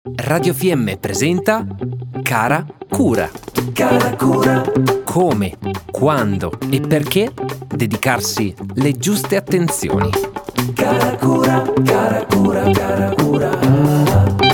Radio FM presenta Cara Cura. Cara Cura. Come, quando e perché dedicarsi le giuste attenzioni. Cara Cura, cara Cura, cara Cura.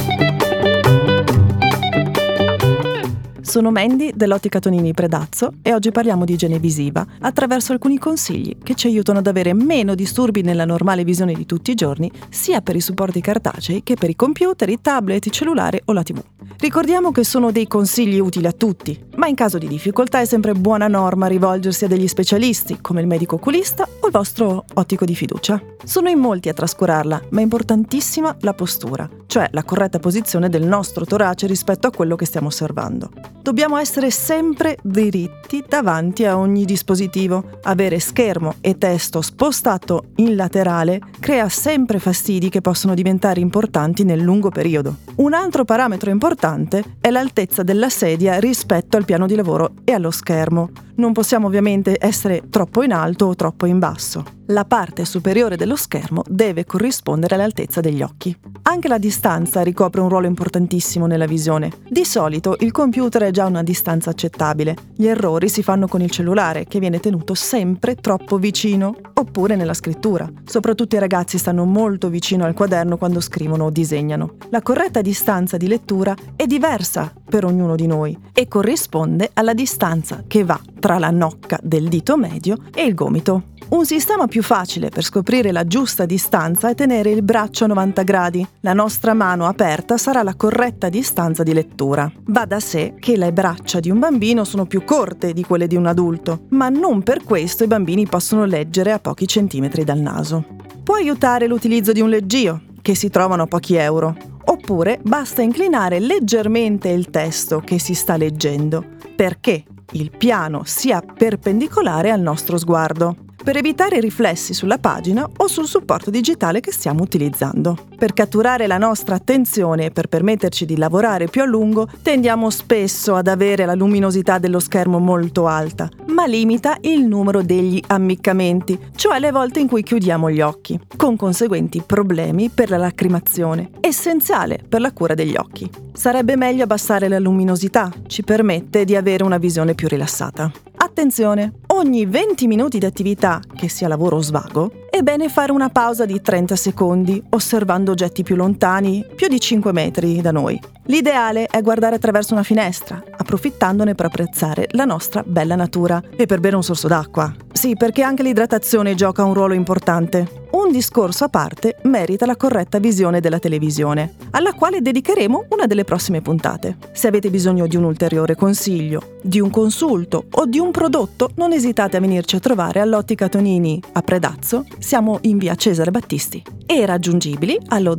Sono Mandy dell'Ottica Tonini Predazzo e oggi parliamo di igiene visiva attraverso alcuni consigli che ci aiutano ad avere meno disturbi nella normale visione di tutti i giorni, sia per i supporti cartacei che per i computer, i tablet, il cellulare o la TV. Ricordiamo che sono dei consigli utili a tutti, ma in caso di difficoltà è sempre buona norma rivolgersi a degli specialisti, come il medico oculista o il vostro ottico di fiducia. Sono in molti a trascurarla, ma è importantissima la postura, cioè la corretta posizione del nostro torace rispetto a quello che stiamo osservando. Dobbiamo essere sempre diritti davanti a ogni dispositivo. Avere schermo e testo spostato in laterale crea sempre fastidi che possono diventare importanti nel lungo periodo. Un altro parametro importante è l'altezza della sedia rispetto al piano di lavoro e allo schermo. Non possiamo ovviamente essere troppo in alto o troppo in basso. La parte superiore dello schermo deve corrispondere all'altezza degli occhi. Anche la distanza ricopre un ruolo importantissimo nella visione. Di solito il computer è già a una distanza accettabile. Gli errori si fanno con il cellulare, che viene tenuto sempre troppo vicino, oppure nella scrittura. Soprattutto i ragazzi stanno molto vicino al quaderno quando scrivono o disegnano. La corretta distanza di lettura è diversa per ognuno di noi e corrisponde alla distanza che va tra la nocca del dito medio e il gomito. Un sistema più facile per scoprire la giusta distanza è tenere il braccio a 90 gradi. La nostra mano aperta sarà la corretta distanza di lettura. Va da sé che le braccia di un bambino sono più corte di quelle di un adulto, ma non per questo i bambini possono leggere a pochi centimetri dal naso. Può aiutare l'utilizzo di un leggio, che si trovano a pochi euro, oppure basta inclinare leggermente il testo che si sta leggendo, perché il piano sia perpendicolare al nostro sguardo, per evitare riflessi sulla pagina o sul supporto digitale che stiamo utilizzando. Per catturare la nostra attenzione e per permetterci di lavorare più a lungo, tendiamo spesso ad avere la luminosità dello schermo molto alta, ma limita il numero degli ammiccamenti, cioè le volte in cui chiudiamo gli occhi, con conseguenti problemi per la lacrimazione, essenziale per la cura degli occhi. Sarebbe meglio abbassare la luminosità, ci permette di avere una visione più rilassata. Attenzione! Ogni 20 minuti di attività, che sia lavoro o svago, è bene fare una pausa di 30 secondi, osservando oggetti più lontani, più di 5 metri da noi. L'ideale è guardare attraverso una finestra, approfittandone per apprezzare la nostra bella natura e per bere un sorso d'acqua. Sì, perché anche l'idratazione gioca un ruolo importante. Un discorso a parte merita la corretta visione della televisione, alla quale dedicheremo una delle prossime puntate. Se avete bisogno di un ulteriore consiglio, di un consulto o di un prodotto, non esitate a venirci a trovare all'Ottica Tonini a Predazzo. Siamo in via Cesare Battisti e raggiungibili allo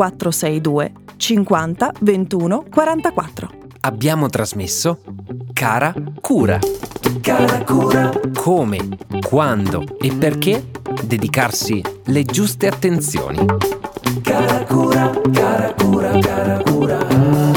0462 50 21 44. Abbiamo trasmesso Cara Cura. Cara Cura. Come, quando e perché dedicarsi le giuste attenzioni. Cara Cura, cara Cura, cara Cura.